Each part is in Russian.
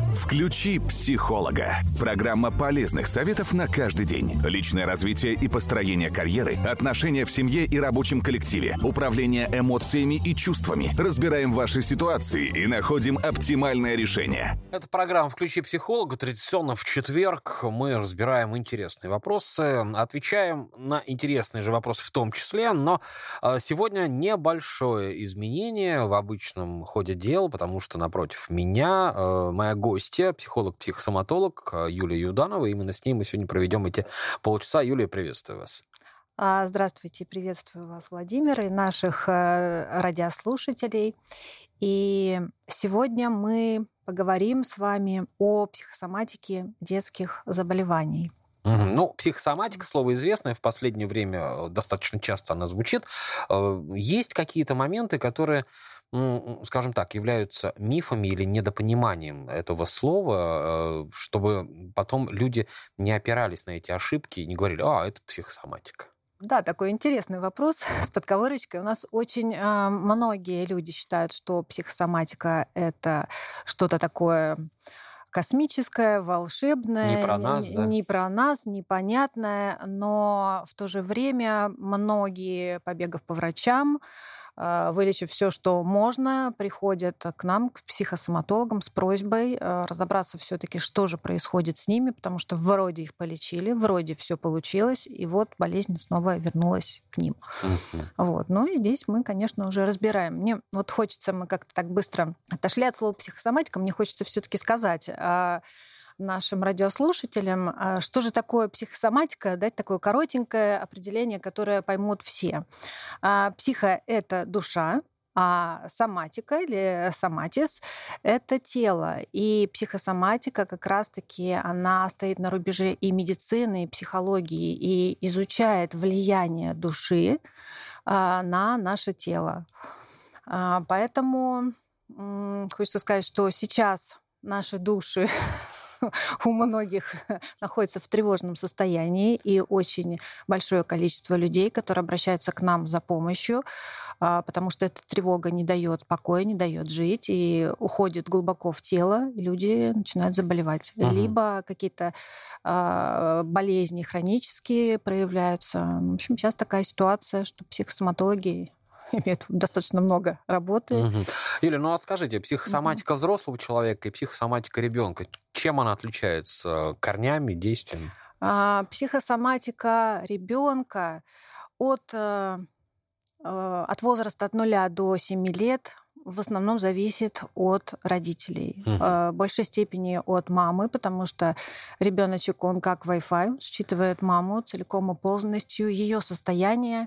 Включи психолога. Программа полезных советов на каждый день. Личное развитие и построение карьеры, отношения в семье и рабочем коллективе, управление эмоциями и чувствами. Разбираем ваши ситуации и находим оптимальное решение. Это программа «Включи психолога». Традиционно в четверг мы разбираем интересные вопросы, отвечаем на интересные же вопросы в том числе, но сегодня небольшое изменение в обычном ходе дел, потому что напротив меня моя гостья, психолог-психосоматолог Юлия Юданова. Именно с ней мы сегодня проведем эти полчаса. Юлия, приветствую вас. Здравствуйте, приветствую вас, Владимир, и наших радиослушателей. И сегодня мы поговорим с вами о психосоматике детских заболеваний. Ну, психосоматика, слово известное, в последнее время достаточно часто она звучит. Есть какие-то моменты, которые, скажем так, являются мифами или недопониманием этого слова, чтобы потом люди не опирались на эти ошибки и не говорили: это психосоматика. Да, такой интересный вопрос с подковырочкой. У нас очень многие люди считают, что психосоматика – это что-то такое космическое, волшебное, не про нас, да? Не про нас, непонятное, но в то же время многие, побегав по врачам, вылечив все, что можно, приходят к нам, к психосоматологам, с просьбой разобраться все-таки, что же происходит с ними, потому что вроде их полечили, вроде все получилось, и вот болезнь снова вернулась к ним. Вот. Ну и здесь мы, конечно, уже разбираем. Мне вот хочется, мы как-то так быстро отошли от слова психосоматика, мне хочется все-таки сказать нашим радиослушателям, что же такое психосоматика, дать такое коротенькое определение, которое поймут все. Психо – это душа, а соматика или соматис – это тело. И психосоматика как раз-таки она стоит на рубеже и медицины, и психологии, и изучает влияние души на наше тело. Поэтому хочется сказать, что сейчас наши души у многих находятся в тревожном состоянии, и очень большое количество людей, которые обращаются к нам за помощью, потому что эта тревога не дает покоя, не дает жить, и уходит глубоко в тело, и люди начинают заболевать. Либо какие-то болезни хронические проявляются. В общем, сейчас такая ситуация, что психосоматологи имеют достаточно много работы. Юля, ну а скажите, психосоматика взрослого человека и психосоматика ребенка, чем она отличается корнями, действиями? Психосоматика ребенка от возраста от 0 до 7 лет в основном зависит от родителей. В большей степени от мамы, потому что ребеночек, он как Wi-Fi, считывает маму целиком и полностью, ее состояние,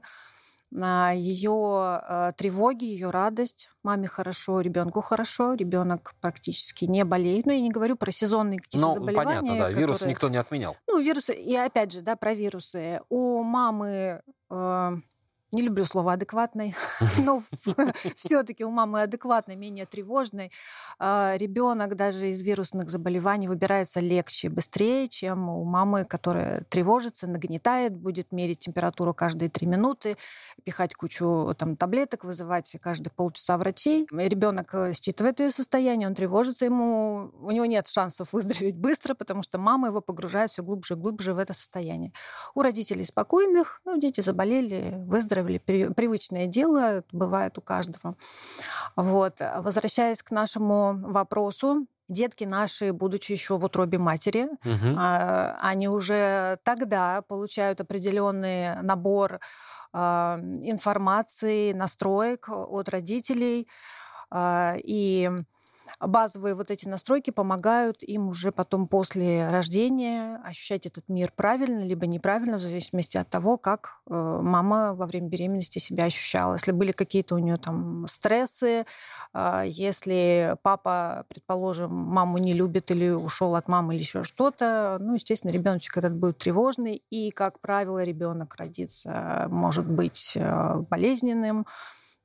ее тревоги, ее радость. Маме хорошо, ребенку хорошо, ребенок практически не болеет. Ну, я не говорю про сезонные какие-то заболевания. Понятно, да, вирусы никто не отменял. Вирусы, и опять же, да, про вирусы. У мамы, не люблю слово адекватной, но все-таки у мамы адекватной, менее тревожной. Ребенок даже из вирусных заболеваний выбирается легче, быстрее, чем у мамы, которая тревожится, нагнетает, будет мерить температуру каждые 3 минуты, пихать кучу таблеток, вызывать каждые полчаса врачей. Ребенок считывает ее состояние, он тревожится, у него нет шансов выздороветь быстро, потому что мама его погружает все глубже и глубже в это состояние. У родителей спокойных, дети заболели, выздоровели, привычное дело, бывает у каждого. Вот. Возвращаясь к нашему вопросу, детки наши, будучи еще в утробе матери, они уже тогда получают определенный набор информации, настроек от родителей, и базовые вот эти настройки помогают им уже потом после рождения ощущать этот мир правильно либо неправильно, в зависимости от того, как мама во время беременности себя ощущала. Если были какие-то у нее стрессы, если папа, предположим, маму не любит или ушел от мамы или еще что-то, естественно, ребеночек этот будет тревожный, и, как правило, ребенок родится, может быть болезненным,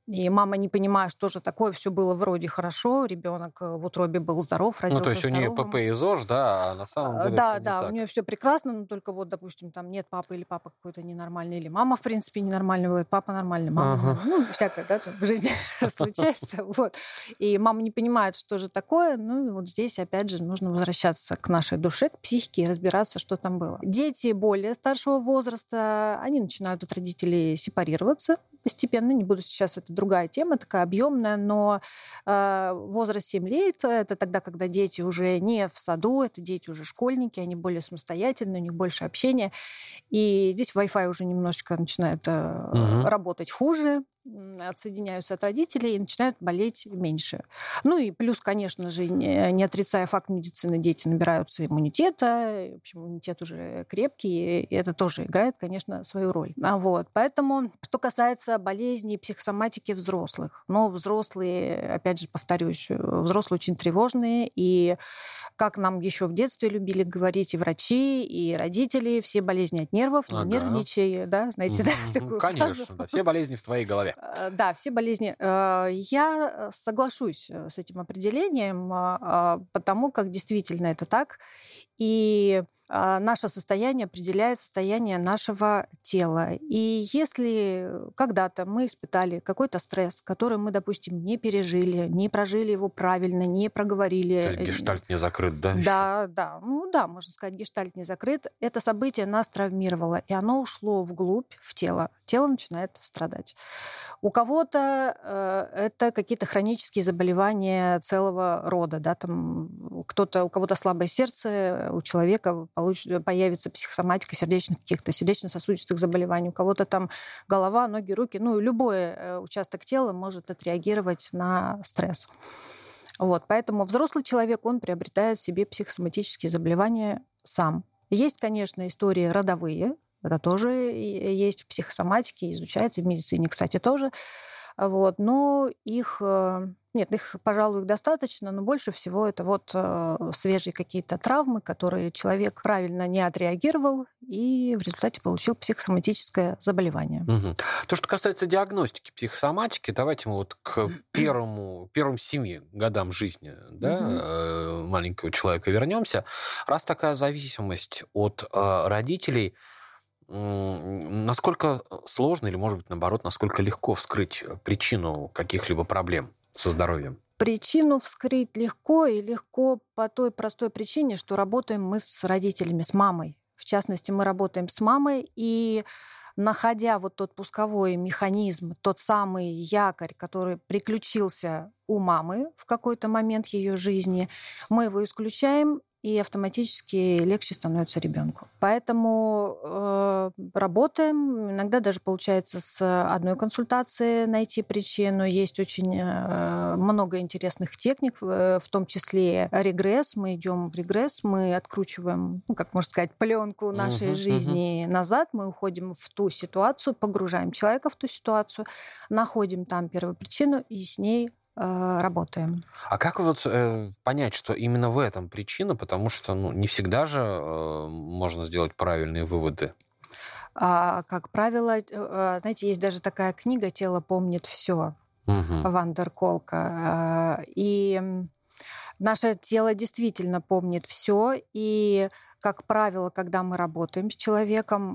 И мама, не понимая, что же такое, все было вроде хорошо, ребенок в утробе был здоров, родился То есть у нее здоровым. ПП и ЗОЖ, да, а на самом деле Да, все не да, у так. нее все прекрасно, но только вот, допустим, там нет папы или папа какой-то ненормальный, или мама, в принципе, ненормальная бывает, папа нормальный, мама Ага. ненормальная. Всякое, да, там в жизни случается. Вот. И мама не понимает, что же такое. И вот здесь, опять же, нужно возвращаться к нашей душе, к психике и разбираться, что там было. Дети более старшего возраста, они начинают от родителей сепарироваться постепенно. Не буду сейчас, это другая тема, такая объемная, но возраст 7 лет — это тогда, когда дети уже не в саду, это дети уже школьники, они более самостоятельные, у них больше общения. И здесь Wi-Fi уже немножечко начинает работать хуже, отсоединяются от родителей и начинают болеть меньше. И плюс, конечно же, не отрицая факт медицины, дети набираются иммунитета, в общем, иммунитет уже крепкий, и это тоже играет, конечно, свою роль. Поэтому, что касается болезней психосоматики взрослых, взрослые, опять же, повторюсь, взрослые очень тревожные, и как нам еще в детстве любили говорить и врачи, и родители, все болезни от нервов, не нервничай, да, знаете, да, такую фразу. Конечно, да, все болезни в твоей голове. Да, все болезни. Я соглашусь с этим определением, потому как действительно это так. И наше состояние определяет состояние нашего тела. И если когда-то мы испытали какой-то стресс, который мы, допустим, не пережили, не прожили его правильно, не проговорили... Гештальт не закрыт, да? Да. Можно сказать, гештальт не закрыт. Это событие нас травмировало, и оно ушло вглубь, в тело. Тело начинает страдать. У кого-то это какие-то хронические заболевания целого рода. Да? У кого-то слабое сердце, у человека появится психосоматика сердечно-сосудистых заболеваний. У кого-то там голова, ноги, руки. Любой участок тела может отреагировать на стресс. Поэтому взрослый человек, он приобретает в себе психосоматические заболевания сам. Есть, конечно, истории родовые. Это тоже есть в психосоматике, изучается, в медицине, кстати, тоже. Но их, пожалуй, достаточно, но больше всего это свежие какие-то травмы, которые человек правильно не отреагировал и в результате получил психосоматическое заболевание. Угу. То, что касается диагностики психосоматики, давайте мы к первым 7 годам жизни маленького человека вернемся. Раз такая зависимость от родителей, насколько сложно или, может быть, наоборот, насколько легко вскрыть причину каких-либо проблем со здоровьем? Причину вскрыть легко, и легко по той простой причине, что работаем мы с родителями, с мамой. В частности, мы работаем с мамой, и находя тот пусковой механизм, тот самый якорь, который приключился у мамы в какой-то момент ее жизни, мы его исключаем, и автоматически легче становится ребенку. Поэтому работаем. Иногда даже получается с одной консультации найти причину. Есть очень много интересных техник, в том числе регресс. Мы идем в регресс, мы откручиваем, пленку нашей жизни назад. Мы уходим в ту ситуацию, погружаем человека в ту ситуацию, находим там первопричину и с ней работаем. А как понять, что именно в этом причина? Потому что не всегда же можно сделать правильные выводы. Как правило, знаете, есть даже такая книга «Тело помнит все» Ван дер Колка. И наше тело действительно помнит все. И, как правило, когда мы работаем с человеком,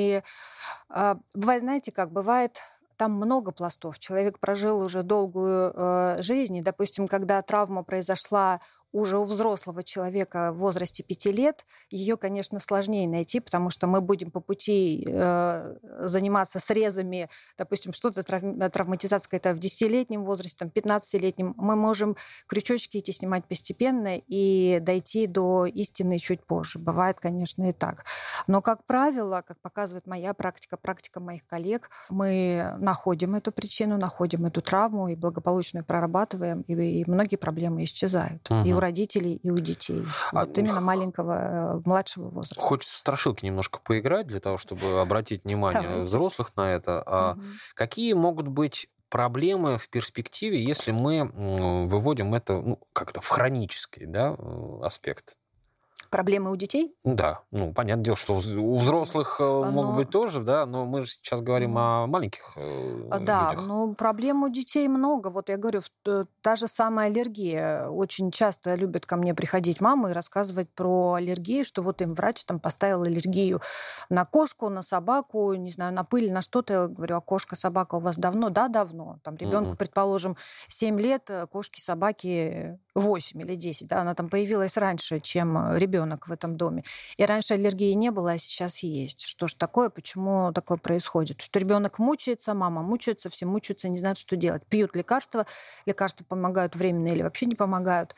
бывает... Там много пластов. Человек прожил уже долгую жизнь. И, допустим, когда травма произошла уже у взрослого человека в возрасте 5 лет, ее, конечно, сложнее найти, потому что мы будем по пути заниматься срезами, допустим, что-то травматизация какая-то в 10-летнем возрасте, там, 15-летнем. Мы можем крючочки эти снимать постепенно и дойти до истины чуть позже. Бывает, конечно, и так. Но, как правило, как показывает моя практика, практика моих коллег, мы находим эту причину, находим эту травму и благополучно ее прорабатываем, и многие проблемы исчезают. И у родителей, и у детей. Именно маленького, младшего возраста. Хочется в страшилки немножко поиграть для того, чтобы обратить внимание взрослых на это. Какие могут быть проблемы в перспективе, если мы выводим это как-то в хронический аспект? Проблемы у детей? Да, понятное дело, что у взрослых могут быть тоже, да, но мы же сейчас говорим о маленьких Да, людях. проблем у детей много. Вот я говорю, та же самая аллергия. Очень часто любят ко мне приходить мамы и рассказывать про аллергию, что вот им врач там поставил аллергию на кошку, на собаку, не знаю, на пыль, на что-то. Я говорю, а кошка, собака у вас давно? Да, давно. Там ребенку, предположим, 7 лет, кошки, собаки 8 или 10. Да, она там появилась раньше, чем ребенок в этом доме. И раньше аллергии не было, а сейчас есть. Что ж такое, почему такое происходит? Что ребенок мучается, мама мучается, все мучаются, не знают, что делать. Пьют лекарства помогают временно или вообще не помогают.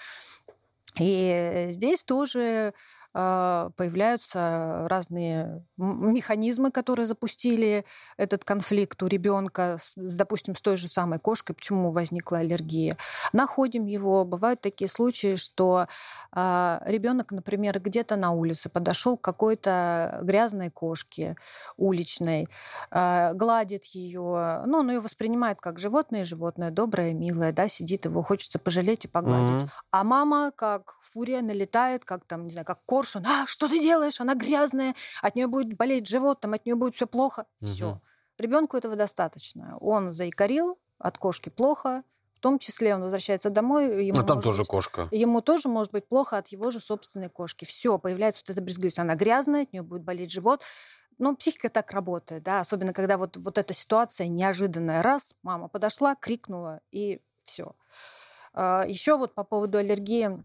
И здесь тоже появляются разные механизмы, которые запустили этот конфликт у ребенка, допустим, с той же самой кошкой, почему возникла аллергия. Находим его. Бывают такие случаи, что ребенок, например, где-то на улице подошел к какой-то грязной кошке уличной, гладит ее, он ее воспринимает как животное доброе, милое, да, сидит, его хочется пожалеть и погладить. А мама, как фурия, налетает, как там, не знаю, как коршун. Что ты делаешь? Она грязная, от нее будет болеть живот, от нее будет все плохо. Все. Ребенку этого достаточно. Он заикарил, от кошки плохо, в том числе он возвращается домой. Ему там тоже кошка. Ему тоже может быть плохо от его же собственной кошки. Все, появляется вот эта брезгливость. Она грязная, от нее будет болеть живот. Психика так работает, да, особенно когда вот эта ситуация неожиданная. Раз, мама подошла, крикнула, и все. Еще вот по поводу аллергии.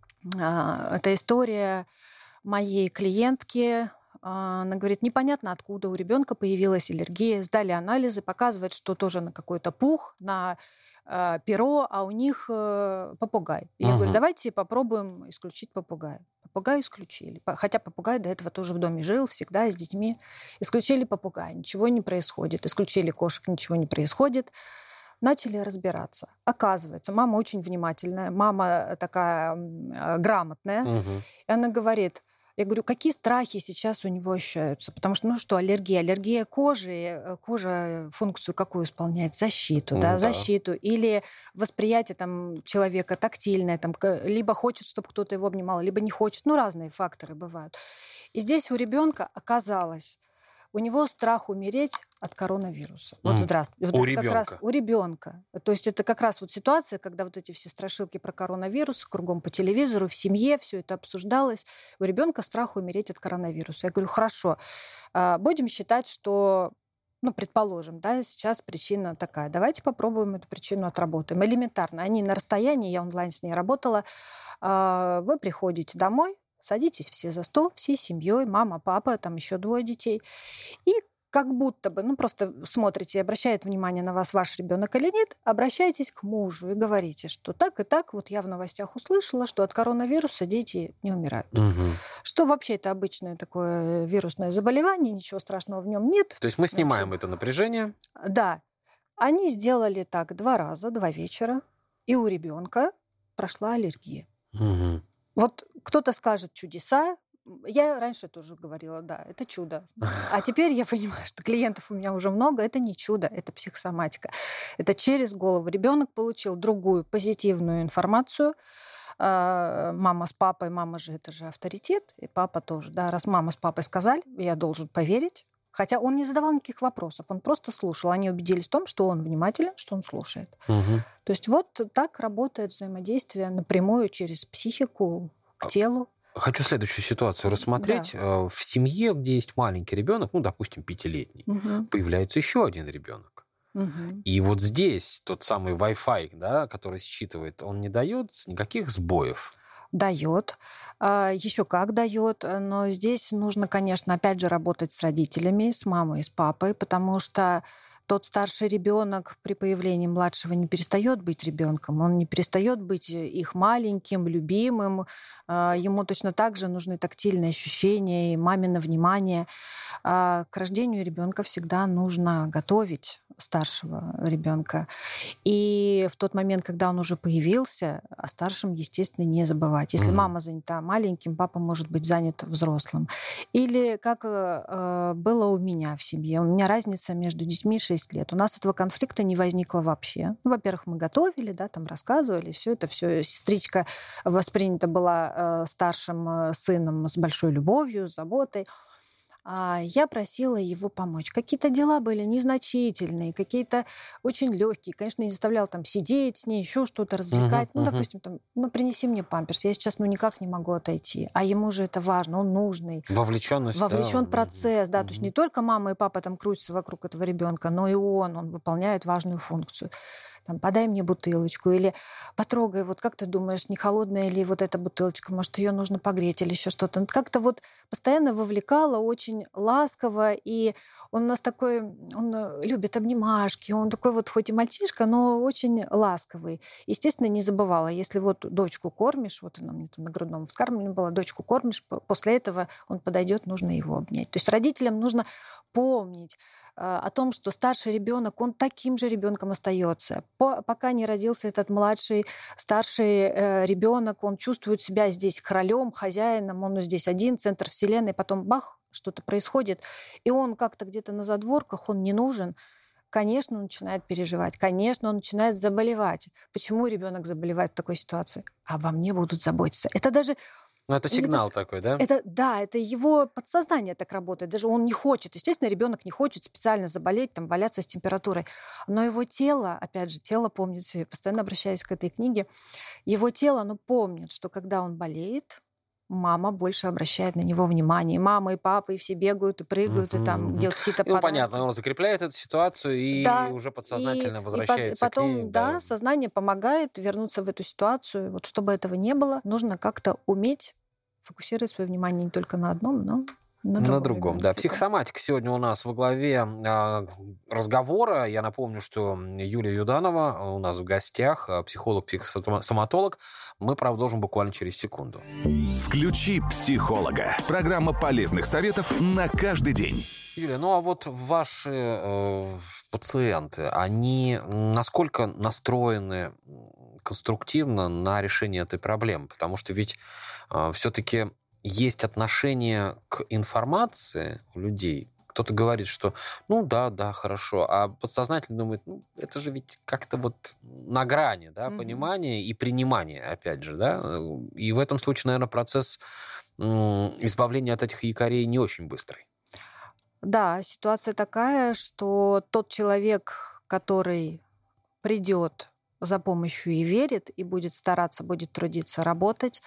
Это история моей клиентки. Она говорит, непонятно, откуда у ребенка появилась аллергия. Сдали анализы, показывает, что тоже на какой-то пух, на перо, а у них попугай. Я говорю, давайте попробуем исключить попугая. Попугая исключили. Хотя попугай до этого тоже в доме жил, всегда с детьми. Исключили попугая, ничего не происходит. Исключили кошек, ничего не происходит. Начали разбираться. Оказывается, мама очень внимательная, мама такая грамотная. И она говорит, я говорю, какие страхи сейчас у него ощущаются? Потому что, аллергия? Аллергия кожи. Кожа функцию какую исполняет? Защиту, да, защиту. Или восприятие человека тактильное, либо хочет, чтобы кто-то его обнимал, либо не хочет. Разные факторы бывают. И здесь у ребенка оказалось, у него страх умереть от коронавируса. Здравствуйте. У ребенка. Как раз у ребенка. То есть это как раз ситуация, когда эти все страшилки про коронавирус кругом по телевизору, в семье все это обсуждалось. У ребенка страх умереть от коронавируса. Я говорю, хорошо, будем считать, что, предположим, да, сейчас причина такая. Давайте попробуем эту причину отработаем. Элементарно. Они на расстоянии, я онлайн с ней работала. Вы приходите домой, садитесь все за стол, всей семьей, мама, папа, там еще 2 детей. И как будто бы, просто смотрите, обращает внимание на вас ваш ребенок или нет, обращайтесь к мужу и говорите, что так и так, я в новостях услышала, что от коронавируса дети не умирают. Что вообще это обычное такое вирусное заболевание, ничего страшного в нем нет. То есть мы снимаем это напряжение? Да. Они сделали так 2 раза, 2 вечера, и у ребенка прошла аллергия. Вот кто-то скажет чудеса. Я раньше тоже говорила, да, это чудо. А теперь я понимаю, что клиентов у меня уже много. Это не чудо, это психосоматика. Это через голову. Ребенок получил другую позитивную информацию. Мама с папой, мама же это же авторитет, и папа тоже. Да, раз мама с папой сказали, я должен поверить. Хотя он не задавал никаких вопросов, он просто слушал. Они убедились в том, что он внимателен, что он слушает. То есть так работает взаимодействие напрямую через психику к телу. Хочу следующую ситуацию рассмотреть. Да. В семье, где есть маленький ребенок, допустим, 5-летний, появляется еще один ребенок. И вот здесь тот самый Wi-Fi, да, который считывает, он не дает никаких сбоев. Дает. Еще как дает. Но здесь нужно, конечно, опять же работать с родителями, с мамой и с папой, потому что тот старший ребенок при появлении младшего не перестает быть ребенком, он не перестает быть их маленьким, любимым. Ему точно так же нужны тактильные ощущения и мамино внимание. К рождению ребенка всегда нужно готовить старшего ребенка. И в тот момент, когда он уже появился, о старшем, естественно, не забывать. Если мама занята маленьким, папа может быть занят взрослым. Или как было у меня в семье. У меня разница между детьми 6 6 лет. У нас этого конфликта не возникло вообще. Ну, во-первых, мы готовили, да, там рассказывали, все это все. Сестричка воспринята была старшим сыном с большой любовью, с заботой. А я просила его помочь. Какие-то дела были незначительные, какие-то очень легкие. Конечно, не заставлял там сидеть с ней, еще что-то развлекать. Ну, допустим, там, принеси мне памперс. Я сейчас, никак не могу отойти. А ему же это важно, он нужный. Вовлеченность, Вовлечен да. процесс, да. То есть не только мама и папа там крутятся вокруг этого ребенка, но и он выполняет важную функцию. Там, подай мне бутылочку, или потрогай, вот как ты думаешь, не холодная ли вот эта бутылочка, может, ее нужно погреть или еще что-то. Как-то вот постоянно вовлекала, очень ласково, и он у нас такой, он любит обнимашки, он такой вот хоть и мальчишка, но очень ласковый. Естественно, не забывала, если вот дочку кормишь, вот она мне там на грудном вскармливании была, дочку кормишь, после этого он подойдет, нужно его обнять. То есть родителям нужно помнить о том, что старший ребенок, он таким же ребенком остается. Пока не родился этот младший, старший ребенок, он чувствует себя здесь королем, хозяином, он здесь один, центр вселенной, потом бах, что-то происходит, и он как-то где-то на задворках, он не нужен. Конечно, он начинает переживать, конечно, он начинает заболевать. Почему ребенок заболевает в такой ситуации? Обо мне будут заботиться. Это даже... Ну, это сигнал такой, да? Это его подсознание так работает. Даже он не хочет. Естественно, ребенок не хочет специально заболеть, там, валяться с температурой. Но его тело, опять же, тело помнит, я постоянно обращаюсь к этой книге, его тело, оно помнит, что когда он болеет, мама больше обращает на него внимание. И мама, и папа, и все бегают, и прыгают, и там делают какие-то подарки. Понятно, он закрепляет эту ситуацию и уже подсознательно возвращается к ней. И потом, сознание помогает вернуться в эту ситуацию. Вот чтобы этого не было, нужно как-то уметь фокусировать свое внимание не только на одном, но на другом. Да. Психосоматика сегодня у нас во главе разговора. Я напомню, что Юлия Юданова у нас в гостях, психолог, психосоматолог. Мы продолжим буквально через секунду. Включи психолога. Программа полезных советов на каждый день. Юлия, а вот ваши пациенты, они насколько настроены конструктивно на решение этой проблемы? Потому что ведь все-таки есть отношение к информации у людей. Кто-то говорит, что да, хорошо, а подсознательно думает, это же ведь как-то вот на грани, да, понимания и принимания, опять же, да. И в этом случае, наверное, процесс избавления от этих якорей не очень быстрый. Да, ситуация такая, что тот человек, который придет за помощью и верит, и будет стараться, будет трудиться, работать,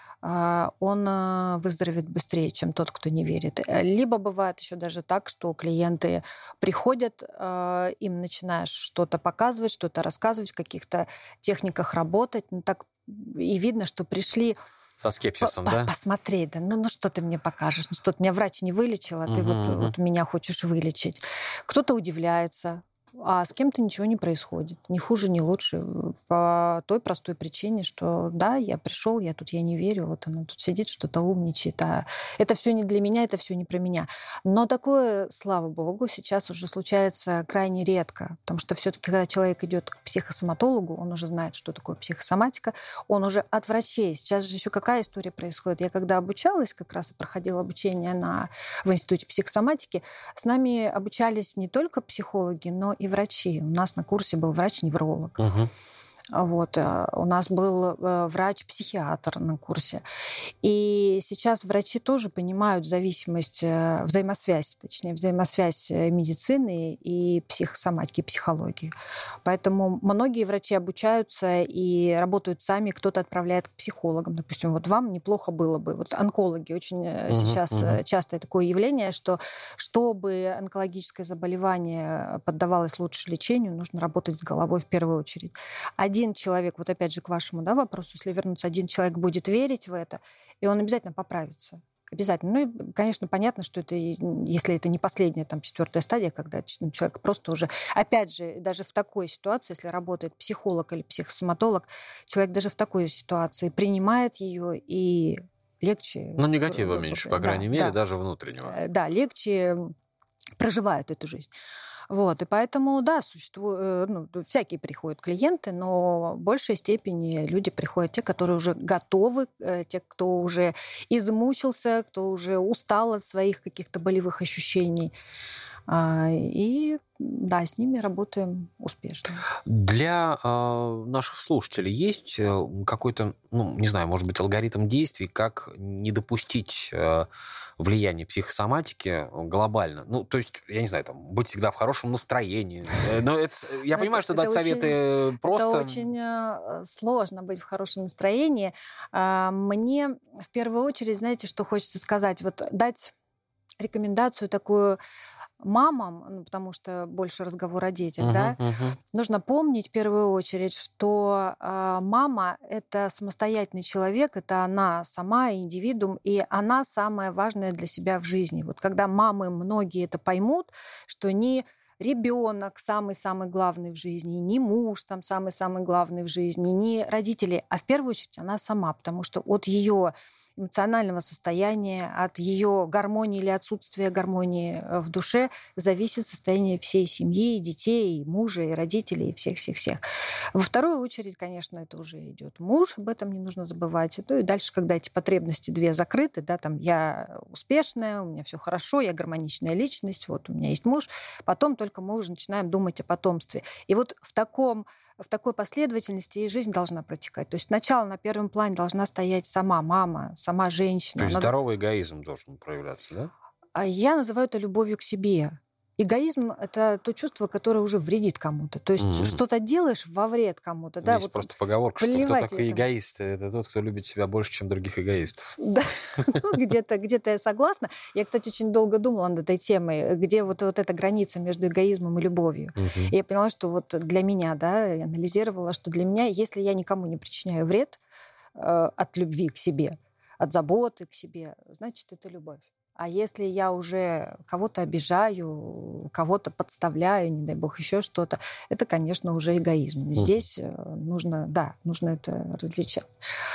он выздоровеет быстрее, чем тот, кто не верит. Либо бывает еще даже так, что клиенты приходят, им начинаешь что-то показывать, что-то рассказывать, в каких-то техниках работать, так и видно, что пришли со скепсисом, да? Посмотреть, да, что ты мне покажешь, что ты меня врач не вылечил, а ты вот меня хочешь вылечить. Кто-то удивляется, а с кем-то ничего не происходит. Ни хуже, ни лучше. По той простой причине, что да, я пришел, я не верю, вот она тут сидит, что-то умничает. А это все не для меня, это все не про меня. Но такое, слава богу, сейчас уже случается крайне редко. Потому что все-таки, когда человек идет к психосоматологу, он уже знает, что такое психосоматика, он уже от врачей. Сейчас же еще какая история происходит? Я когда обучалась, как раз и проходила обучение в Институте психосоматики, с нами обучались не только психологи, но и врачи. У нас на курсе был врач-невролог. Вот. У нас был врач-психиатр на курсе. И сейчас врачи тоже понимают взаимосвязь медицины и психосоматики, психологии. Поэтому многие врачи обучаются и работают сами, кто-то отправляет к психологам. Допустим, вот вам неплохо было бы. Вот онкологи очень сейчас частое такое явление, что чтобы онкологическое заболевание поддавалось лучше лечению, нужно работать с головой в первую очередь. Один человек, вот опять же к вашему вопросу, если вернуться, один человек будет верить в это, и он обязательно поправится. Обязательно. Ну и, конечно, понятно, что это, если это не последняя, 4-я стадия, когда человек просто уже... Опять же, даже в такой ситуации, если работает психолог или психосоматолог, человек даже в такой ситуации принимает ее и легче... негатива меньше, по крайней мере, даже внутреннего. Да, легче проживает эту жизнь. Вот, и поэтому, да, существуют, всякие приходят клиенты, но в большей степени люди приходят те, которые уже готовы, те, кто уже измучился, кто уже устал от своих каких-то болевых ощущений. И да, с ними работаем успешно. Для наших слушателей есть какой-то, не знаю, может быть, алгоритм действий, как не допустить влияния психосоматики глобально? То есть, я не знаю, быть всегда в хорошем настроении. Но я понимаю, что дать советы просто... Это очень сложно быть в хорошем настроении. Мне в первую очередь, знаете, что хочется сказать? Дать рекомендацию такую мамам, потому что больше разговор о детях, да, нужно помнить в первую очередь, что мама — это самостоятельный человек, это она сама, индивидуум, и она самая важная для себя в жизни. Когда мамы многие это поймут, что не ребенок самый-самый главный в жизни, не муж там самый-самый главный в жизни, не родители, а в первую очередь она сама, потому что от ее эмоционального состояния, от ее гармонии или отсутствия гармонии в душе зависит состояние всей семьи, и детей, и мужа, и родителей, и всех-всех-всех. Во вторую очередь, конечно, это уже идет муж, об этом не нужно забывать. И дальше, когда эти потребности две закрыты, да, там я успешная, у меня все хорошо, я гармоничная личность, у меня есть муж, потом только мы уже начинаем думать о потомстве. И в такой последовательности и жизнь должна протекать. То есть сначала на первом плане должна стоять сама мама, сама женщина. То есть здоровый эгоизм должен проявляться, да? А я называю это любовью к себе. Эгоизм — это то чувство, которое уже вредит кому-то. То есть что-то делаешь во вред кому-то. Да? Есть просто поговорка, что кто такой эгоист? Это тот, кто любит себя больше, чем других эгоистов. Да, где-то я согласна. Я, кстати, очень долго думала над этой темой, где вот эта граница между эгоизмом и любовью. И я поняла, что для меня, да, я анализировала, что для меня, если я никому не причиняю вред от любви к себе, от заботы к себе, значит, это любовь. А если я уже кого-то обижаю, кого-то подставляю, не дай бог, еще что-то, это, конечно, уже эгоизм. Здесь нужно это различать.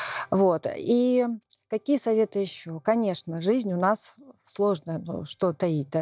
И какие советы еще? Конечно, жизнь у нас сложная, что таить.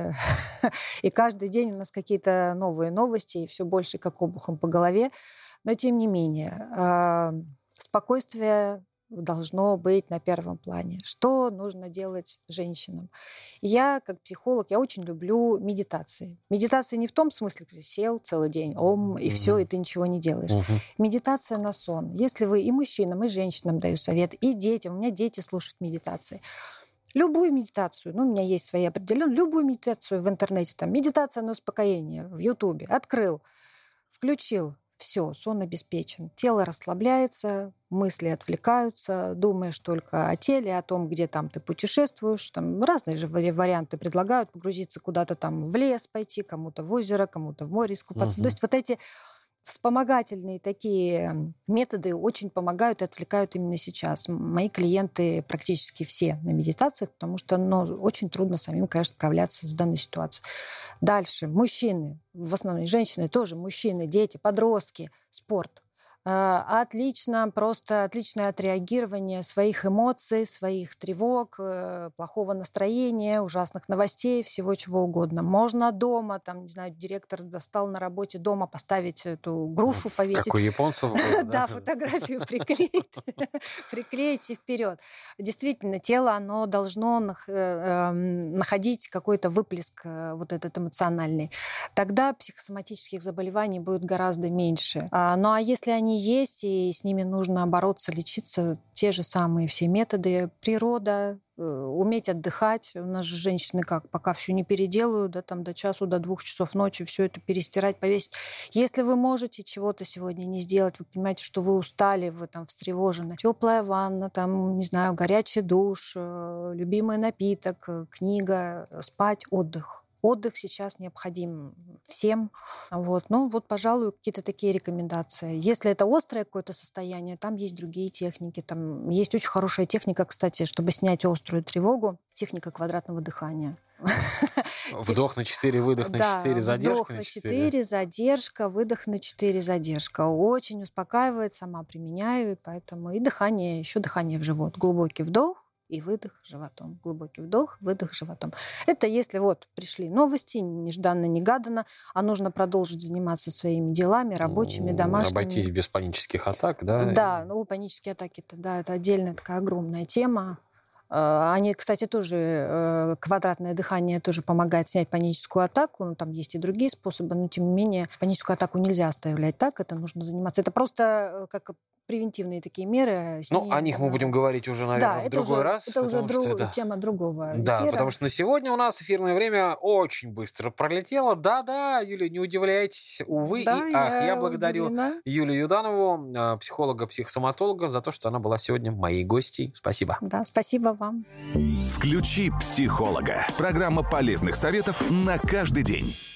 И каждый день у нас какие-то новые новости, и все больше как обухом по голове. Но, тем не менее, спокойствие должно быть на первом плане. Что нужно делать женщинам? Я, как психолог, я очень люблю медитации. Медитации не в том смысле, что ты сел целый день, и все, и ты ничего не делаешь. Медитация на сон. Если вы и мужчинам, и женщинам даю совет, и детям, у меня дети слушают медитации. Любую медитацию, у меня есть свои определенные, любую медитацию в интернете, там, медитация на успокоение в Ютубе, открыл, включил, все, сон обеспечен. Тело расслабляется, мысли отвлекаются, думаешь только о теле, о том, где там ты путешествуешь. Там разные же варианты предлагают погрузиться куда-то там в лес пойти, кому-то в озеро, кому-то в море искупаться. То есть эти вспомогательные такие методы очень помогают и отвлекают именно сейчас. Мои клиенты практически все на медитациях, потому что очень трудно самим, конечно, справляться с данной ситуацией. Дальше. Мужчины, в основном женщины тоже, мужчины, дети, подростки, спорт. Отлично, просто отличное отреагирование своих эмоций, своих тревог, плохого настроения, ужасных новостей, всего чего угодно. Можно дома, там, не знаю, директор достал на работе дома поставить эту грушу, повесить. Как у японцев. Да, фотографию приклеить и вперед. Действительно, тело, оно должно находить какой-то выплеск вот этот эмоциональный. Тогда психосоматических заболеваний будет гораздо меньше. Ну а если они есть, и с ними нужно бороться, лечиться, те же самые все методы. Природа, уметь отдыхать. У нас же женщины пока все не переделают, да, там до часу, до 2 часов ночи все это перестирать, повесить. Если вы можете чего-то сегодня не сделать, вы понимаете, что вы устали, вы там встревожены. Теплая ванна, там, не знаю, горячий душ, любимый напиток, книга, спать, отдых. Отдых сейчас необходим всем. Пожалуй, какие-то такие рекомендации. Если это острое какое-то состояние, там есть другие техники. Там есть очень хорошая техника, кстати, чтобы снять острую тревогу. Техника квадратного дыхания. Вдох на 4, выдох на 4, задержка вдох на 4, задержка, выдох на 4, задержка. Очень успокаивает, сама применяю, поэтому и дыхание, еще дыхание в живот. Глубокий вдох и выдох животом. Глубокий вдох, выдох животом. Это если пришли новости, нежданно-негаданно, а нужно продолжить заниматься своими делами, рабочими, домашними. Обойтись без панических атак, да? Да, панические атаки, это отдельная такая огромная тема. Они, кстати, тоже, квадратное дыхание тоже помогает снять паническую атаку. Ну, там есть и другие способы, но, тем не менее, паническую атаку нельзя оставлять так, это нужно заниматься. Это просто как превентивные такие меры. Ну, о них мы будем говорить уже, наверное, в другой раз. Это уже тема другого эфира. Да, потому что на сегодня у нас эфирное время очень быстро пролетело. Да-да, Юлия, не удивляйтесь. Увы Да, и ах. Я благодарю удивлена. Юлию Юданову, психолога-психосоматолога, за то, что она была сегодня моей гостьей. Спасибо. Да, спасибо вам. «Включи психолога». Программа полезных советов на каждый день.